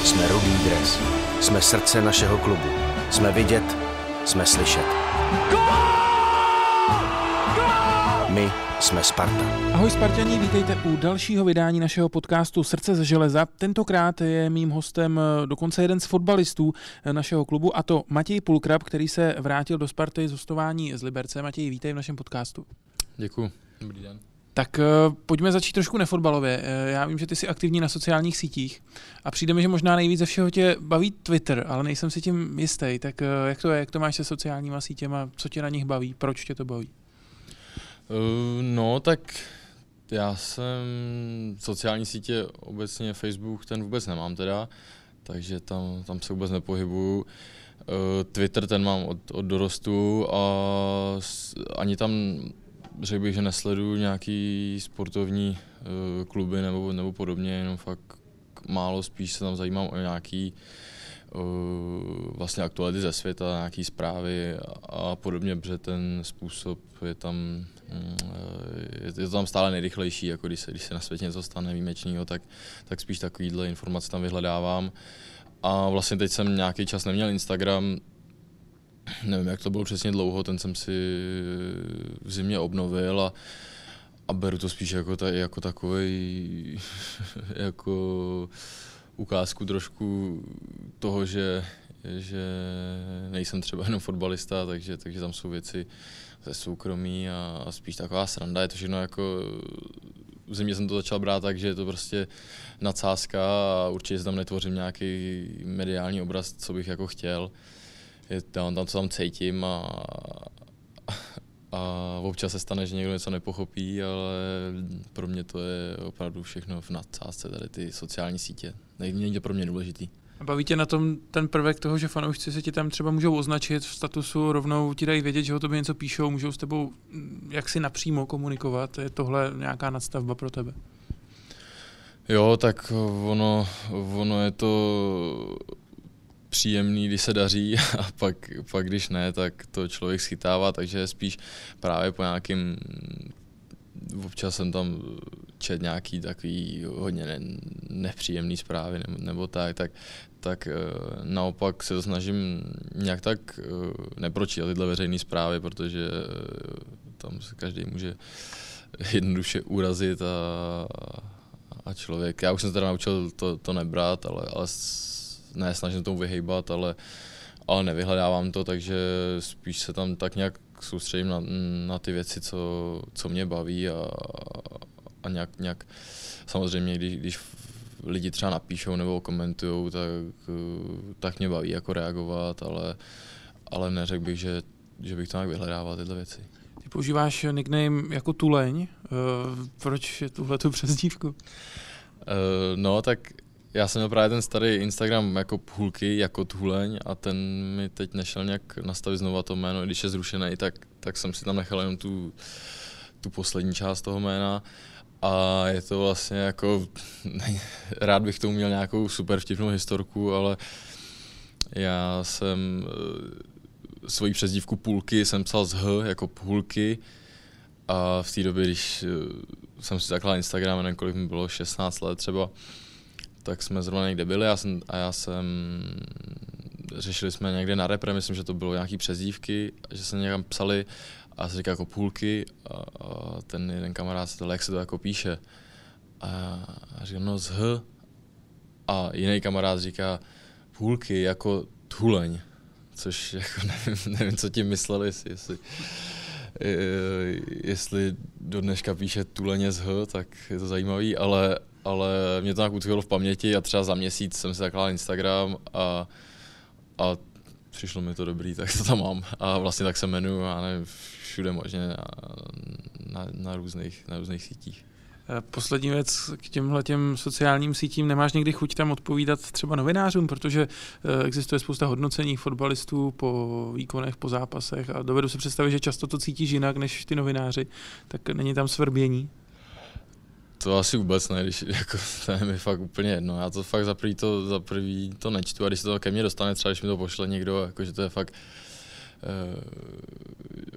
Jsme Rudý dres. Jsme srdce našeho klubu. Jsme vidět, jsme slyšet. My jsme Sparta. Ahoj Sparťani, vítejte u dalšího vydání našeho podcastu Srdce ze železa. Tentokrát je mým hostem dokonce jeden z fotbalistů našeho klubu, a to Matěj Pulkrab, který se vrátil do Sparty z hostování z Liberce. Matěj, vítej v našem podcastu. Děkuju. Dobrý den. Tak pojďme začít trošku nefotbalově. Já vím, že ty jsi aktivní na sociálních sítích a přijde mi, že možná nejvíc ze všeho tě baví Twitter, ale nejsem si tím jistý. Tak jak to je, jak to máš se sociálníma sítěma, co tě na nich baví, proč tě to baví? No, tak já jsem sociální sítě obecně, Facebook, ten vůbec nemám teda, takže tam se vůbec nepohybuju. Twitter ten mám od dorostu a ani tam řekl bych, že nesleduju nějaký sportovní kluby nebo podobně, jenom fakt málo, spíš se tam zajímám o nějaký vlastně aktuality ze světa, nějaký zprávy a podobně, protože ten způsob je to tam stále nejrychlejší, jako když se na světě něco stane výjimečného, tak spíš takovýhle informace tam vyhledávám. A vlastně teď jsem nějaký čas neměl Instagram, nevím, jak to bylo přesně dlouho, ten jsem si v zimě obnovil a beru to spíš jako takovej jako ukázku trošku toho, že nejsem třeba jenom fotbalista, takže tam jsou věci ze soukromí a spíš taková sranda. Je to všechno jako, v zimě jsem to začal brát tak, že je to prostě nadsázka a určitě si tam netvořím nějaký mediální obraz, co bych jako chtěl. Tam to tam cítím a občas se stane, že někdo něco nepochopí, ale pro mě to je opravdu všechno v nadsázce, tady ty sociální sítě. Není to pro mě důležitý. A baví tě na tom ten prvek toho, že fanoušci se ti tam třeba můžou označit v statusu, rovnou ti dají vědět, že o tobě něco píšou, můžou s tebou jaksi napřímo komunikovat? Je tohle nějaká nadstavba pro tebe? Jo, tak ono je to příjemný, když se daří, a pak když ne, tak to člověk schytává, takže spíš právě po nějakým, občas jsem tam čet nějaký takový hodně nepříjemný zprávy nebo tak naopak se to snažím nějak tak nepročítat tyhle veřejné zprávy, protože tam se každý může jednoduše urazit a člověk, já už jsem se teda naučil to nebrat, ale ne, snažím tomu vyhejbat, ale nevyhledávám to, takže spíš se tam tak nějak soustředím na ty věci, co mě baví a nějak samozřejmě, když lidi třeba napíšou nebo komentujou, tak mě baví jako reagovat, ale neřekl bych, že bych to nějak vyhledával, tyhle věci. Ty používáš nickname jako Tuleň, proč je tuhletu přezdívku? No, tak já jsem měl právě ten starý Instagram jako Půlky, jako Tuleň, a ten mi teď nešel nějak nastavit znova to jméno, když je zrušený, tak jsem si tam nechal jenom tu poslední část toho jména. A je to vlastně jako, rád bych tomu měl nějakou super vtipnou historku, ale já jsem svoji přezdívku Půlky jsem psal z H jako Půlky, a v té době, když jsem si zakládal Instagram, nevím, kolik mi bylo, 16 let třeba, tak jsme zrovna někde byli řešili jsme někde na repre, myslím, že to bylo nějaký přezdívky, že se někam psali a se říká jako Půlky a ten jeden kamarád se to, jak se to jako píše. A říkám, no z H. A jiný kamarád říká Půlky jako Tuleň, což jako nevím, co tím mysleli, jestli do dneška píše Tuleně z H, tak je to zajímavý, ale mě to nějak utkvělo v paměti a třeba za měsíc jsem si zakládal Instagram a přišlo mi to dobrý, tak to tam mám. A vlastně tak se jmenuju, já nevím, všude možně na různých sítích. Poslední věc k těmhletěm sociálním sítím. Nemáš někdy chuť tam odpovídat třeba novinářům, protože existuje spousta hodnocení fotbalistů po výkonech, po zápasech a dovedu si představit, že často to cítíš jinak než ty novináři, tak není tam svrbění? To asi vůbec ne, když jako, to je mi fakt úplně jedno. Já to fakt za prvý to nečtu, a když se to ke mně dostane, třeba když mi to pošle někdo, jakože to je fakt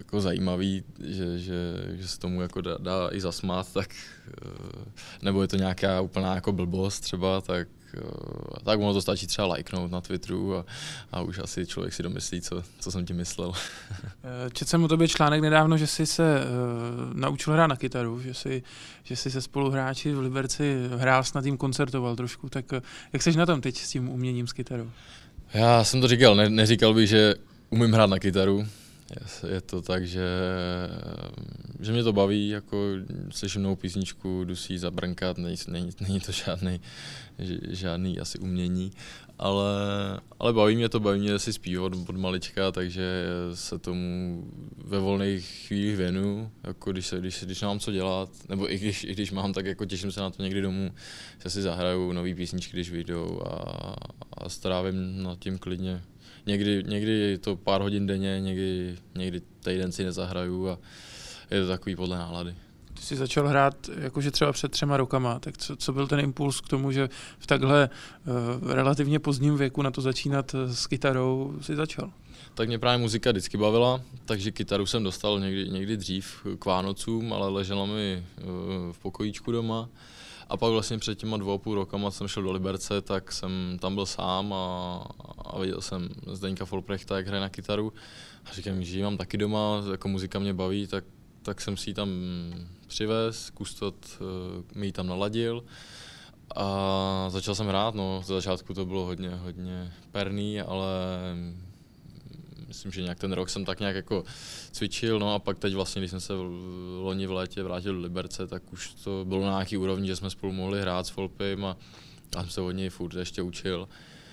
jako zajímavý, že se tomu jako dá i zasmát, tak nebo je to nějaká úplná jako blbost třeba, tak ono to stačí třeba lajknout na Twitteru a už asi člověk si domyslí, co jsem tím myslel. Četl jsem o tobě článek nedávno, že jsi se naučil hrát na kytaru, že jsi se spoluhráči v Liberci hrál, snad jim koncertoval trošku, tak jak jsi na tom teď s tím uměním s kytarou? Já jsem to říkal, neříkal bych, že umím hrát na kytaru. Je to tak, že mě to baví, jako slyším novou písničku, jdu si ji zabrnkat, není to žádný asi umění, ale baví mě si zpívat od malička, takže se tomu ve volných chvílích věnu, jako když nemám co dělat, nebo i když mám, tak jako těším se na to někdy domů, že si zahraju nový písničky, když vyjdou a strávím nad tím klidně. Někdy to pár hodin denně, někdy týden si nezahraju a je to takový podle nálady. Ty jsi začal hrát jakože třeba před 3 rokama, tak co byl ten impuls k tomu, že v takhle relativně pozdním věku na to začínat s kytarou si začal? Tak mě právě muzika vždycky bavila, takže kytaru jsem dostal někdy dřív k Vánocům, ale ležela mi v pokojíčku doma. A pak vlastně před těma 2,5 rokama jsem šel do Liberce, tak jsem tam byl sám a viděl jsem Zdeňka Folprechta, jak hraje na kytaru. A říkám, že ji mám taky doma, jako muzika mě baví, tak jsem si ji tam přivez, kustot mi ji tam naladil a začal jsem hrát. No, za začátku to bylo hodně perný, ale myslím, že nějak ten rok jsem tak nějak jako cvičil, no a pak teď vlastně, když jsem se loni v létě vrátil do Liberce, tak už to bylo na nějaký úrovni, že jsme spolu mohli hrát s Folpym a já jsem se od něj furt ještě učil.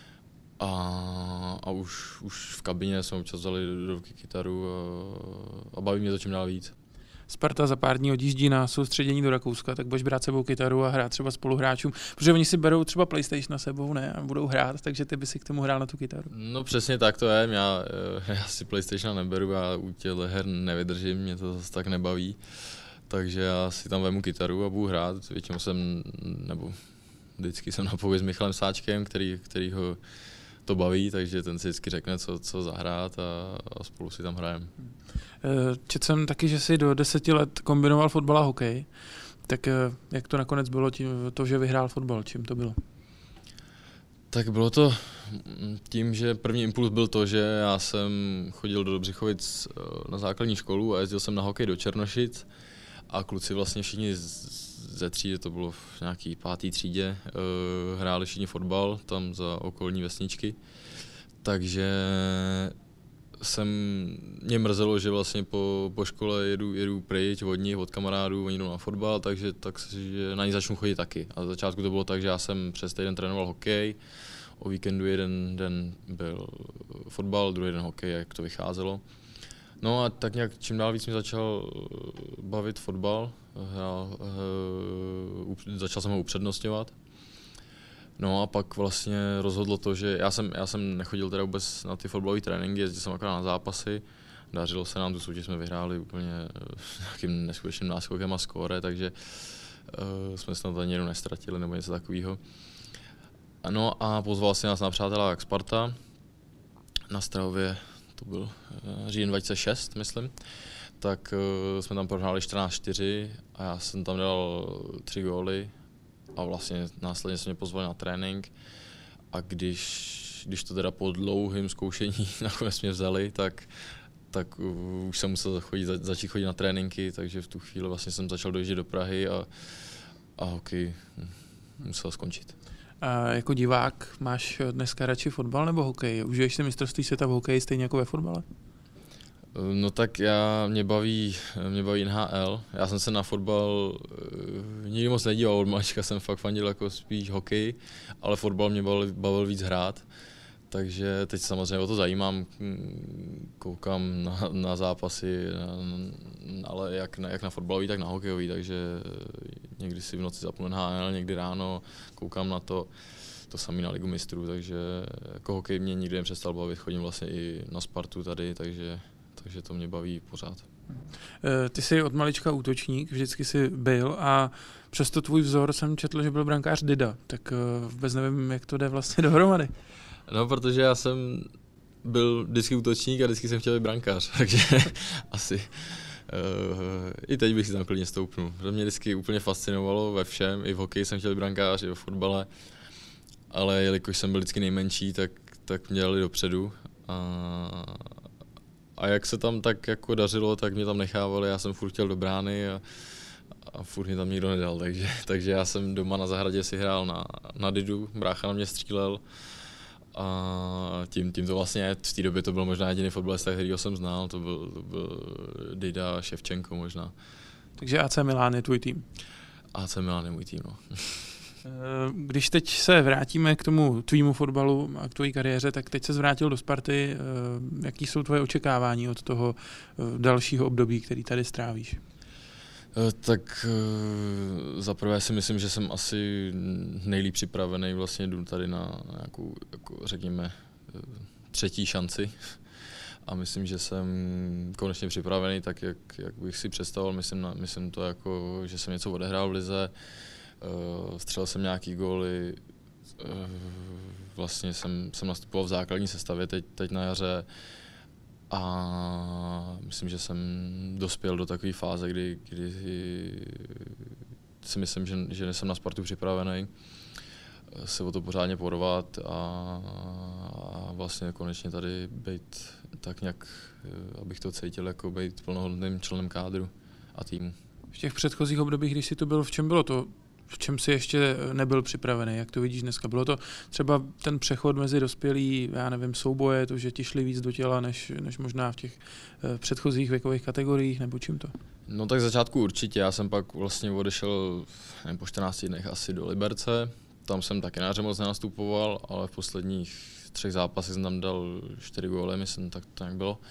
A už v kabině jsme občas vzali do ruky kytaru a baví mě to čím dál víc. Sparta za pár dní odjíždí na soustředění do Rakouska, tak budeš brát sebou kytaru a hrát třeba spoluhráčům, protože oni si berou třeba PlayStation na sebou, ne, a budou hrát, takže ty by si k tomu hrál na tu kytaru. No přesně tak to je, já si PlayStation neberu, já u těchto her nevydržím, mě to zase tak nebaví, takže já si tam vemu kytaru a budu hrát, většinou vždycky jsem na pověd s Michalem Sáčkem, který ho to baví, takže ten si vždycky řekne, co zahrát a spolu si tam hrajeme. Četl jsem taky, že jsi do 10 let kombinoval fotbal a hokej, tak jak to nakonec bylo to, že vyhrál fotbal, čím to bylo? Tak bylo to tím, že první impuls byl to, že já jsem chodil do Dobřichovic na základní školu a jezdil jsem na hokej do Černošic a kluci vlastně všichni ze třídy, to bylo v nějaký 5. třídě, hráli všichni fotbal tam za okolní vesničky, takže mě mrzelo, že vlastně po škole jedu pryč od nich, od kamarádů, oni jdou na fotbal, takže na ní začnu chodit taky. A za začátku to bylo tak, že já jsem přes týden trénoval hokej, o víkendu jeden den byl fotbal, druhý den hokej, jak to vycházelo. No a tak nějak čím dál víc mi začal bavit fotbal, začal jsem ho upřednostňovat. No a pak vlastně rozhodlo to, že já jsem nechodil teda vůbec na ty fotbalové tréninky, jezdil jsem akorát na zápasy, dařilo se nám, tu soutěž jsme vyhráli úplně nějakým neskutečným náskokem a skóre, takže jsme snad ani jednou nestratili nebo něco takového. No a pozval si nás na přátelák Sparta na Strahově, to byl říjen 2006, myslím, tak jsme tam prohráli 14-4 a já jsem tam dal 3 góly. A vlastně následně se mě pozvali na trénink a když to teda po dlouhém zkoušení nakonec mě vzali, tak už jsem musel začít chodit na tréninky, takže v tu chvíli vlastně jsem začal dojíždět do Prahy a hokej musel skončit. A jako divák máš dneska radši fotbal nebo hokej? Užiješ si mistrovství světa v hokeji stejně jako ve fotbale? No tak mě baví NHL. Já jsem se na fotbal nikdy moc nedíval, od malička jsem fakt fandil jako spíš hokej, ale fotbal mě bavil víc hrát. Takže teď samozřejmě o to zajímám, koukám na zápasy, ale jak na fotbalový, tak na hokejový, takže někdy si v noci zapnu NHL, někdy ráno koukám na to samý na Ligu mistrů, takže jako hokej mě nikdy nepřestal bavit, chodím vlastně i na Spartu tady, takže to mě baví pořád. Ty jsi od malička útočník, vždycky jsi byl a přesto tvůj vzor jsem četl, že byl brankář Dida, tak vůbec nevím, jak to jde vlastně dohromady. No, protože já jsem byl vždycky útočník a vždycky jsem chtěl být brankář, takže asi i teď bych si tam klidně stoupnul. To mě vždycky úplně fascinovalo ve všem, i v hokeji jsem chtěl být brankář, i ve fotbale, ale jelikož jsem byl vždycky nejmenší, tak mě dali dopředu a jak se tam tak jako dařilo, tak mě tam nechávali, já jsem furt chtěl do brány a furt mě tam nikdo nedal, takže já jsem doma na zahradě si hrál na didu, brácha na mě střílel a tím to vlastně, v té době to byl možná jediný fotbalista, kterýho jsem znal, to byl Dida, Ševčenko možná. Takže AC Milán je tvůj tým? AC Milán je můj tým, no. Když teď se vrátíme k tomu tvýmu fotbalu a k tvojí kariéře, tak teď se vrátil do Sparty. Jaký jsou tvoje očekávání od toho dalšího období, který tady strávíš? Tak zaprvé si myslím, že jsem asi nejlíp připravený, vlastně jdu tady na nějakou, jako řekněme, třetí šanci a myslím, že jsem konečně připravený tak, jak bych si představoval, myslím to jako, že jsem něco odehrál v lize, střelil jsem nějaký góly, vlastně jsem nastupoval v základní sestavě teď na jaře a myslím, že jsem dospěl do takové fáze, kdy si myslím, že jsem na Spartu připravený se o to pořádně porvat a vlastně konečně tady být tak nějak, abych to cítil, jako být plnohodnotným členem kádru a týmu. V těch předchozích obdobích, když jsi tu byl, v čem bylo to? V čem jsi ještě nebyl připravený? Jak to vidíš dneska? Bylo to třeba ten přechod mezi dospělí, já nevím, souboje, to, že ti šli víc do těla, než možná v těch předchozích věkových kategoriích, nebo čím to? No tak v začátku určitě. Já jsem pak vlastně odešel po 14 dnech asi do Liberce. Tam jsem taky na jaře moc nenastupoval, ale v posledních 3 zápasech jsem tam dal 4 góly, myslím, tak to nějak bylo.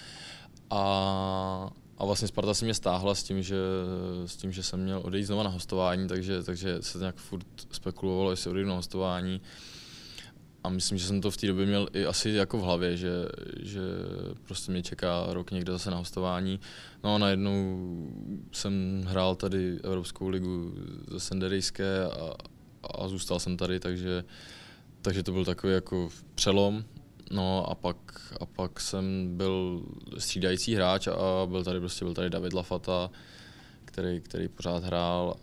A vlastně Sparta si mě stáhla s tím, že jsem měl odejít znova na hostování, takže se nějak furt spekulovalo, jestli odejdu na hostování. A myslím, že jsem to v té době měl i asi jako v hlavě, že prostě mě čeká rok někde zase na hostování. No a najednou jsem hrál tady Evropskou ligu ze Senderijské a zůstal jsem tady, takže to byl takový jako přelom. No a pak jsem byl střídající hráč a byl tady David Lafata, který pořád hrál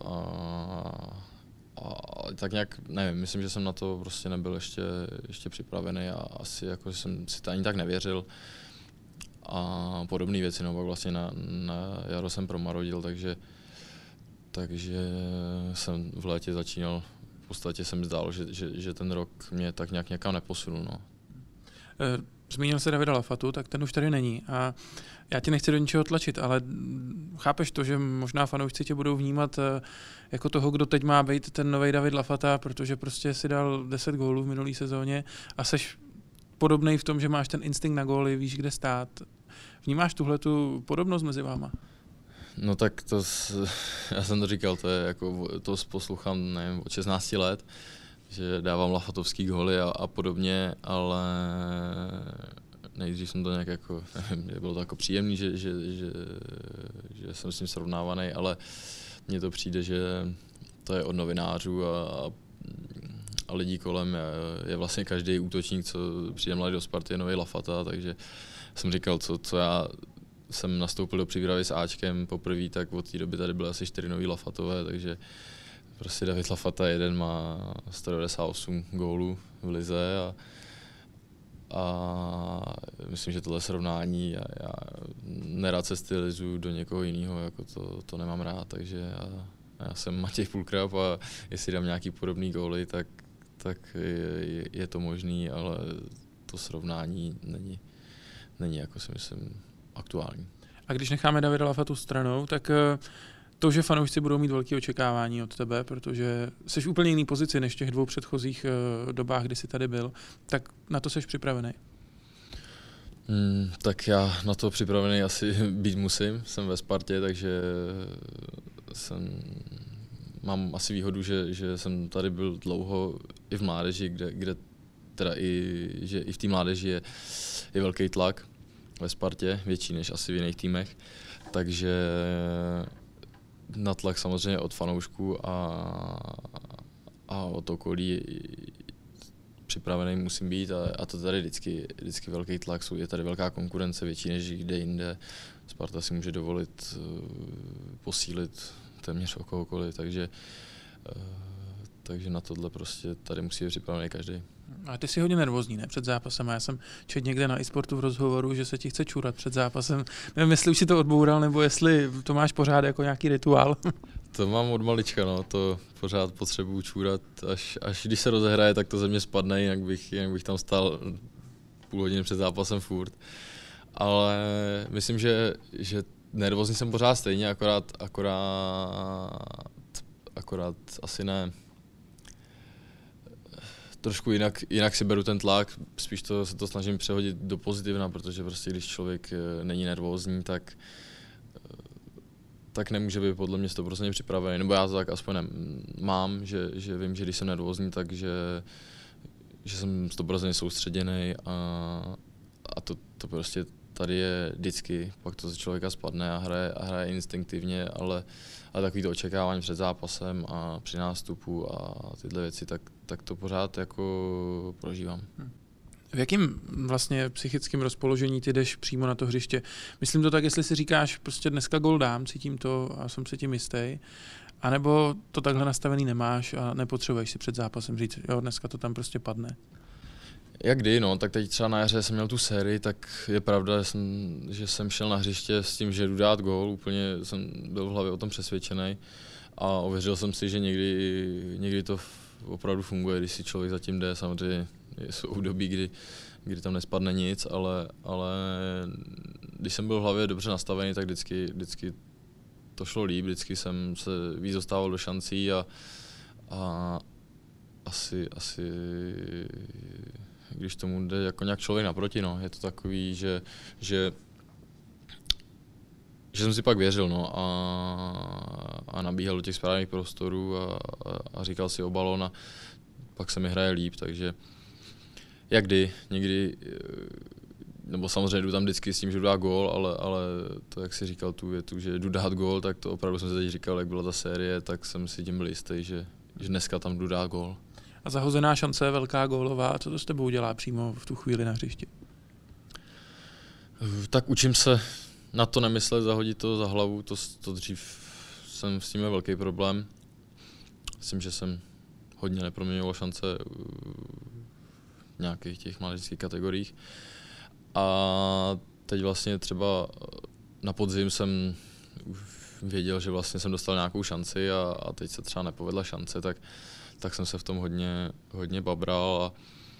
a tak nějak, nevím, myslím, že jsem na to prostě nebyl ještě připravený a asi jako jsem si to ani tak nevěřil a podobné věci, no pak vlastně na jaro jsem promarodil, takže jsem v létě začínal, v podstatě jsem zdál, že ten rok mě tak nějak někam neposunul, no. Zmínil se Davida Lafatu, tak ten už tady není a já ti nechci do ničeho tlačit, ale chápeš to, že možná fanoušci tě budou vnímat jako toho, kdo teď má být ten nový David Lafata, protože prostě si dal 10 gólů v minulé sezóně a seš podobnej v tom, že máš ten instinkt na góly, víš, kde stát. Vnímáš tuhletu podobnost mezi váma? No tak já jsem to říkal, to poslouchám, nevím, od 16 let, že dávám lafatovský góly a podobně, ale nejdřív jsem to nějak jako, nevím, bylo to jako příjemný, že jsem s ním srovnávaný, ale mně to přijde, že to je od novinářů a lidí kolem, je vlastně každý útočník, co přijde mladý do Sparty, je nový Lafata, takže jsem říkal, co já jsem nastoupil do přípravy s Ačkem poprvé, tak od té doby tady byly asi 4 nový Lafatové, takže prostě David Lafata jeden má 198 gólů v lize a myslím, že tohle srovnání já nerad se stylizuju do někoho jiného, jako to nemám rád, takže já jsem Matěj Pulkrab a jestli dám nějaký podobný góly, tak je to možný, ale to srovnání není jako si myslím aktuální. A když necháme Davida Lafatu stranou, tak to, že fanoušci budou mít velké očekávání od tebe, protože jsi v úplně jiný pozici než v těch 2 předchozích dobách, kdy jsi tady byl, tak na to jsi připravený? Tak já na to připravený asi být musím. Jsem ve Spartě, takže mám asi výhodu, že jsem tady byl dlouho i v mládeži, kde teda že i v té mládeži je velký tlak ve Spartě, větší než asi v jiných týmech, takže natlak samozřejmě od fanoušků a od okolí připravený musím být a to tady vždycky velký tlak, je tady velká konkurence, větší než kde jinde. Sparta si může dovolit posílit téměř o kohokoliv, takže na tohle prostě tady musí být připravený každý. A ty jsi hodně nervózní, ne, před zápasem. A já jsem četl někde na eSportu v rozhovoru, že se ti chce čůrat před zápasem. Nevím, jestli už si to odboural, nebo jestli to máš pořád jako nějaký rituál. To mám od malička, no, to pořád potřebuju čůrat. Až když se rozehraje, tak to ze mě spadne, jinak bych tam stál půl hodiny před zápasem furt. Ale myslím, že nervózní jsem pořád stejně, akorát asi ne. Trošku jinak si beru ten tlak, spíš se to snažím přehodit do pozitivna, protože prostě když člověk není nervózní, tak nemůže být podle mě 100% připravený, nebo já to tak aspoň mám, že vím, že když jsem nervózní, takže že jsem 100% soustředěný a to prostě tady je vždycky, pak to z člověka spadne a hraje instinktivně, ale takový to očekávání před zápasem a při nástupu a tyhle věci, tak to pořád jako prožívám. V jakém vlastně psychickém rozpoložení ty jdeš přímo na to hřiště? Myslím to tak, jestli si říkáš, prostě dneska gól dám, cítím to a jsem si tím jistý, anebo to takhle nastavený nemáš a nepotřebuješ si před zápasem říct, jo, dneska to tam prostě padne. Jak kdy, no, tak teď třeba na jaře jsem měl tu sérii, tak je pravda, že jsem šel na hřiště s tím, že jdu dát gól, úplně jsem byl v hlavě o tom přesvědčený a ověřil jsem si, že někdy to opravdu funguje, když si člověk zatím jde, samozřejmě jsou období, kdy tam nespadne nic, ale když jsem byl v hlavě dobře nastavený, tak vždycky to šlo líp, vždycky jsem se víc dostával do šancí a asi když tomu jde jako nějak člověk naproti, no, je to takový, že jsem si pak věřil, no, a nabíhal do těch správných prostorů a říkal si o balón a pak se mi hraje líp, takže jak někdy, nebo samozřejmě jdu tam vždycky s tím, že jdu dát gól, ale to, jak jsi říkal tu větu, že jdu dát gól, tak to opravdu jsem si teď říkal, jak byla ta série, tak jsem si tím byl jistý, že dneska tam jdu dát gól. A zahozená šance, velká gólová, co to s tebou dělá přímo v tu chvíli na hřišti? Tak učím se na to nemyslet, zahodit to za hlavu, to dřív jsem s tím měl velký problém. Myslím, že jsem hodně neproměňoval šance v nějakých těch mládežnických kategoriích. A teď vlastně třeba na podzim jsem věděl, že vlastně jsem dostal nějakou šanci a teď se třeba nepovedla šance, tak jsem se v tom hodně babral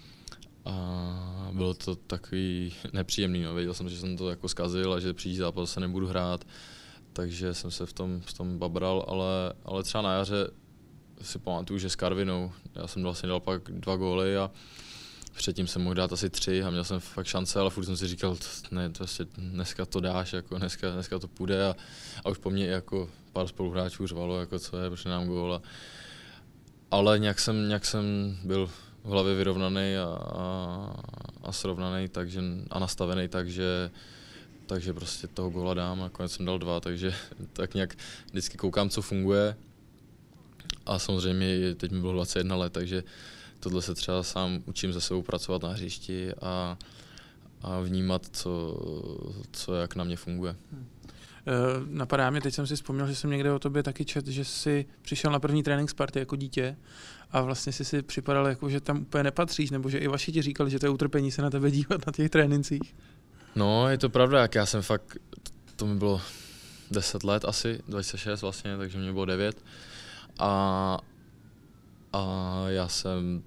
a bylo to takový nepříjemný. No. Věděl jsem, že jsem to jako zkazil a že příští zápas se nebudu hrát, takže jsem se v tom babral, ale třeba na jaře si pamatuju, že s Karvinou, já jsem vlastně dal pak 2 góly a předtím jsem mohl dát asi 3 a měl jsem fakt šance, ale furt jsem si říkal, ne, vlastně dneska to dáš, jako dneska to půjde a už po mně jako pár spoluhráčů řvalo, jako co je, proč nám gól. Ale nějak jsem byl v hlavě vyrovnaný a srovnaný a nastavený, takže prostě toho góla dám a nakonec jsem dal 2, takže tak nějak vždycky koukám, co funguje a samozřejmě teď mi bylo 21 let, takže tohle se třeba sám učím se sebou pracovat na hřišti a vnímat, co jak na mě funguje. Napadá mě, teď jsem si vzpomněl, že jsem někde o tobě taky četl, že jsi přišel na první trénink Sparty jako dítě a vlastně si připadal jako, že tam úplně nepatříš, nebo že i vaši ti říkali, že to je utrpení se na tebe dívat na těch trénincích. No, je to pravda, jak já jsem fakt, to mi bylo 10 let asi, 26 vlastně, takže mě bylo 9 a já jsem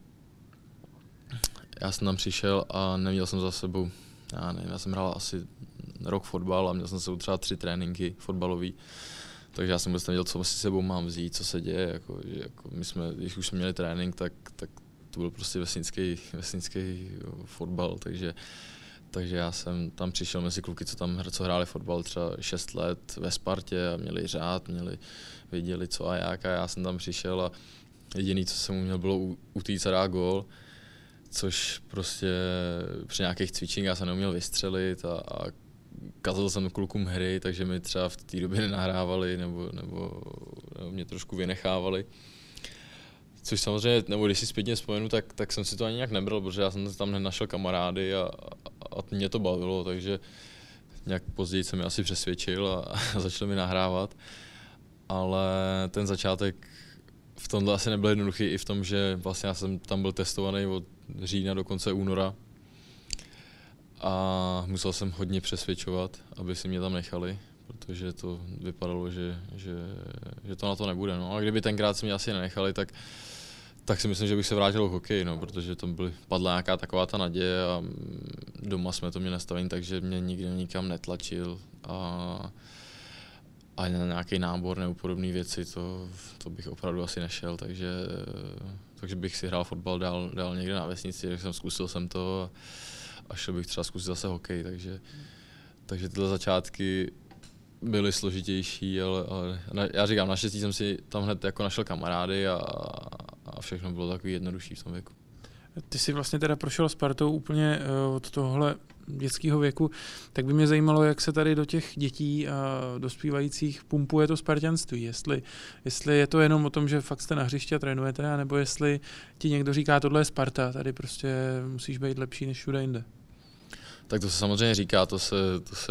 tam přišel a neměl jsem za sebou, já nevím, já jsem hrál asi rok fotbal a měl jsem sebou třeba 3 tréninky fotbalový, takže já jsem vůbec nevěděl, co si sebou mám vzít, co se děje, jako my jsme, když už jsme měli trénink, tak to byl prostě vesnický fotbal, takže já jsem tam přišel mezi kluky, co hráli fotbal třeba 6 let ve Spartě a měli řád, věděli co a jak a já jsem tam přišel a jediný, co jsem uměl, bylo utíct a dát gól, což prostě při nějakých cvičeních já jsem neuměl vystřelit a kazil jsem klukům hry, takže mi třeba v té době nenahrávali nebo mě trošku vynechávali. Což samozřejmě, nebo když si zpětně vzpomenu, tak jsem si to ani nějak nebral, protože já jsem tam nenašel kamarády a mě to bavilo, takže nějak později jsem je asi přesvědčil a začal mi nahrávat. Ale ten začátek v tomhle asi nebyl jednoduchý, i v tom, že vlastně já jsem tam byl testovaný od října do konce února a musel jsem hodně přesvědčovat, aby si mě tam nechali, protože to vypadalo, že to na to nebude. No. A kdyby tenkrát si mě asi nenechali, tak si myslím, že bych se vrátil k hokeji, no, protože tam padla nějaká taková ta naděje a doma jsme to měli nastavení, takže mě nikdy nikam netlačil a na nějaký nábor nebo podobné věci, to bych opravdu asi nešel, takže bych si hrál fotbal dál někde na vesnici, takže zkusil jsem to a šel bych třeba zkusit zase hokej, takže tyhle začátky byly složitější, ale já říkám, naštěstí jsem si tam hned jako našel kamarády a všechno bylo takový jednodušší v tom věku. Ty jsi vlastně teda prošel Spartou úplně od tohohle dětského věku, tak by mě zajímalo, jak se tady do těch dětí a dospívajících pumpuje to spartanství. Jestli je to jenom o tom, že fakt jste na hřišti a trénujete, nebo jestli ti někdo říká, tohle je Sparta, tady prostě musíš být lepší než všude jinde. Tak to se samozřejmě říká, to se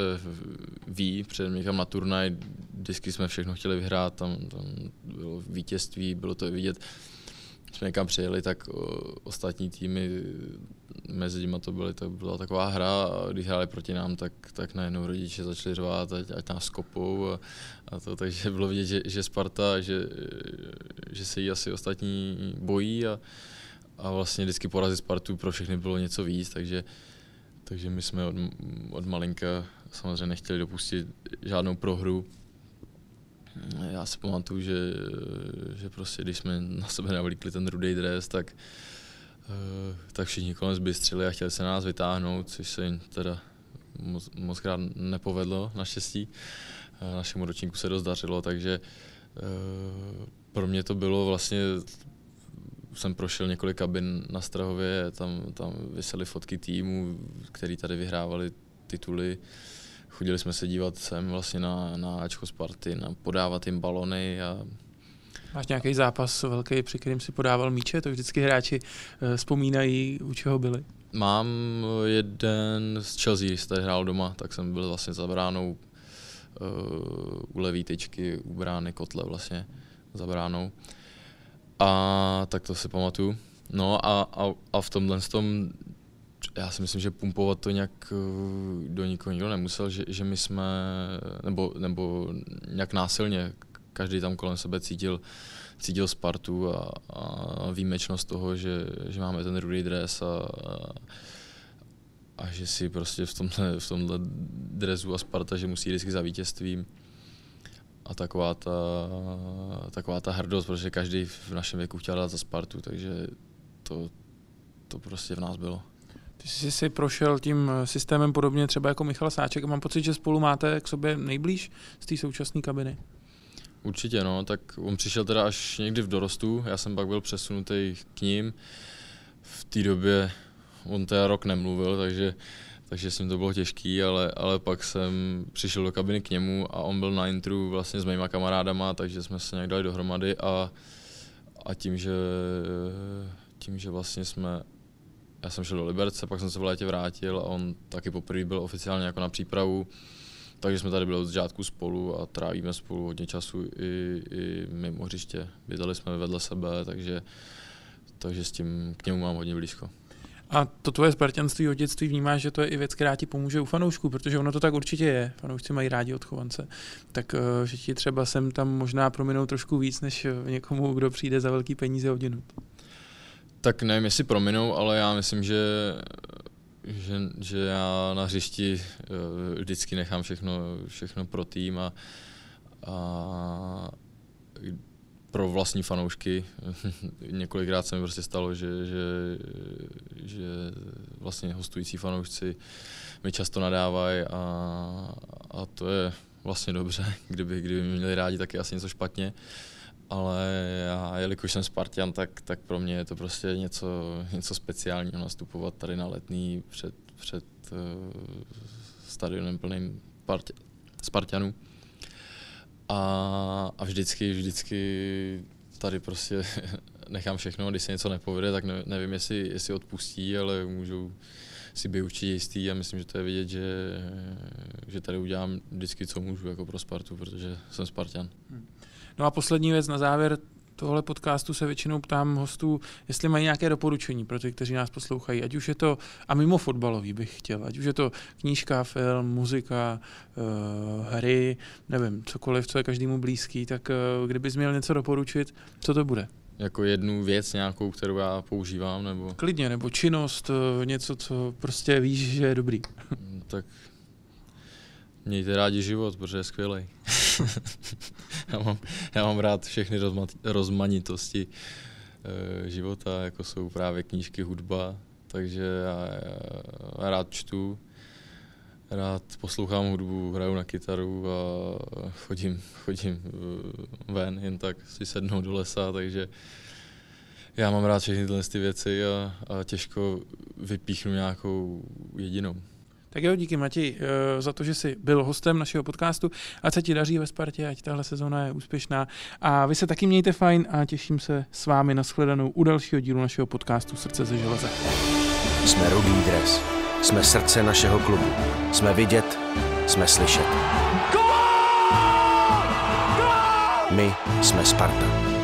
ví, přijedeme někam na turnaj, vždycky jsme všechno chtěli vyhrát, tam bylo vítězství, bylo to vidět. Když jsme někam přijeli, tak ostatní týmy, mezi nimi to byla taková hra a když hráli proti nám, tak najednou rodiče začali řvát, ať nás kopou a to, takže bylo vidět, že Sparta, že se jí asi ostatní bojí a vlastně vždycky porazit Spartu pro všechny bylo něco víc, takže my jsme od malinka samozřejmě nechtěli dopustit žádnou prohru. Já si pamatuju, že prostě když jsme na sebe navlíkli ten rudý dres, tak všichni kolem zbystřili a chtěli se nás vytáhnout, což se jim teda mockrát nepovedlo, naštěstí. Našemu ročníku se dost dařilo, takže pro mě to bylo vlastně, jsem prošel několik kabin na Strahově, tam visely fotky týmů, který tady vyhrávali tituly. Chodili jsme se dívat sem vlastně na Ačko Sparty, podávat jim balony. Máš nějaký zápas velký, při kterým si podával míče? To vždycky hráči vzpomínají, u čeho byli. Mám jeden z Chelsea, když jsem tady hrál doma, tak jsem byl vlastně za bránou u levý tyčky, u brány kotle vlastně za bránou. A tak to si pamatuju. No a v tomhle tom, já si myslím, že pumpovat to nějak do nikoho nikdo nemusel, že my jsme, nebo nějak násilně, každý tam kolem sebe cítil Spartu a výjimečnost toho, že máme ten rudý dres a že si prostě v tomhle dresu a Sparta, že musí vždycky za vítězstvím. A taková ta hrdost, protože každý v našem věku chtěl dát za Spartu, takže to prostě v nás bylo. Ty jsi si prošel tím systémem podobně třeba jako Michal Sáček a mám pocit, že spolu máte k sobě nejblíž z té současné kabiny. Určitě, no, tak on přišel teda až někdy v dorostu, já jsem pak byl přesunutý k ním. V té době on teda rok nemluvil, takže s ním to bylo těžký, ale pak jsem přišel do kabiny k němu a on byl na intru vlastně s mýma kamarádama, takže jsme se nějak dali dohromady a tím, že vlastně já jsem šel do Liberce, pak jsem se v létě vrátil a on taky poprvé byl oficiálně jako na přípravu, takže jsme tady byli od začátku spolu a trávíme spolu hodně času i mimo hřiště. Bydleli jsme vedle sebe, takže s tím k němu mám hodně blízko. A to tvoje spartanství od dětství vnímáš, že to je i věc, která ti pomůže u fanoušků, protože ono to tak určitě je. Fanoušci mají rádi odchovance. Tak že ti třeba sem tam možná prominou trošku víc, než někomu, kdo přijde za velký peníze odinut. Tak nevím, jestli prominou, ale já myslím, že já na hřišti vždycky nechám všechno pro tým a pro vlastní fanoušky. Několikrát se mi prostě stalo, že vlastně hostující fanoušci mi často nadávají a to je vlastně dobře. Kdyby mě měli rádi, tak je asi něco špatně. Ale já, jelikož jsem Spartan, tak pro mě je to prostě něco speciálního nastupovat tady na Letný před stadionem plným Spartanů. A vždycky tady prostě nechám všechno, když se něco nepovede, tak nevím, jestli odpustí, ale můžou si být určitě jistý a myslím, že to je vidět, že tady udělám vždycky, co můžu jako pro Spartu, protože jsem Spartan. No a poslední věc na závěr tohle podcastu se většinou ptám hostů, jestli mají nějaké doporučení pro ty, kteří nás poslouchají, ať už je to, a mimo fotbalový bych chtěl, ať už je to knížka, film, muzika, hry, nevím, cokoliv, co je každému blízký, tak kdybys měl něco doporučit, co to bude? Jako jednu věc nějakou, kterou já používám, nebo? Klidně, nebo činnost, něco, co prostě víš, že je dobrý. Tak mějte rádi život, protože je skvělej. já mám rád všechny rozmanitosti života, jako jsou právě knížky, hudba, takže já rád čtu, rád poslouchám hudbu, hraju na kytaru a chodím ven, jen tak si sednout do lesa, takže já mám rád všechny ty věci a těžko vypíchnu nějakou jedinou. Tak jo, díky Matěj za to, že jsi byl hostem našeho podcastu. Ať se ti daří ve Spartě, ať tahle sezóna je úspěšná. A vy se taky mějte fajn a těším se s vámi na shledanou u dalšího dílu našeho podcastu Srdce ze železa. Jsme Rudý dres. Jsme srdce našeho klubu. Jsme vidět, jsme slyšet. My jsme Sparta.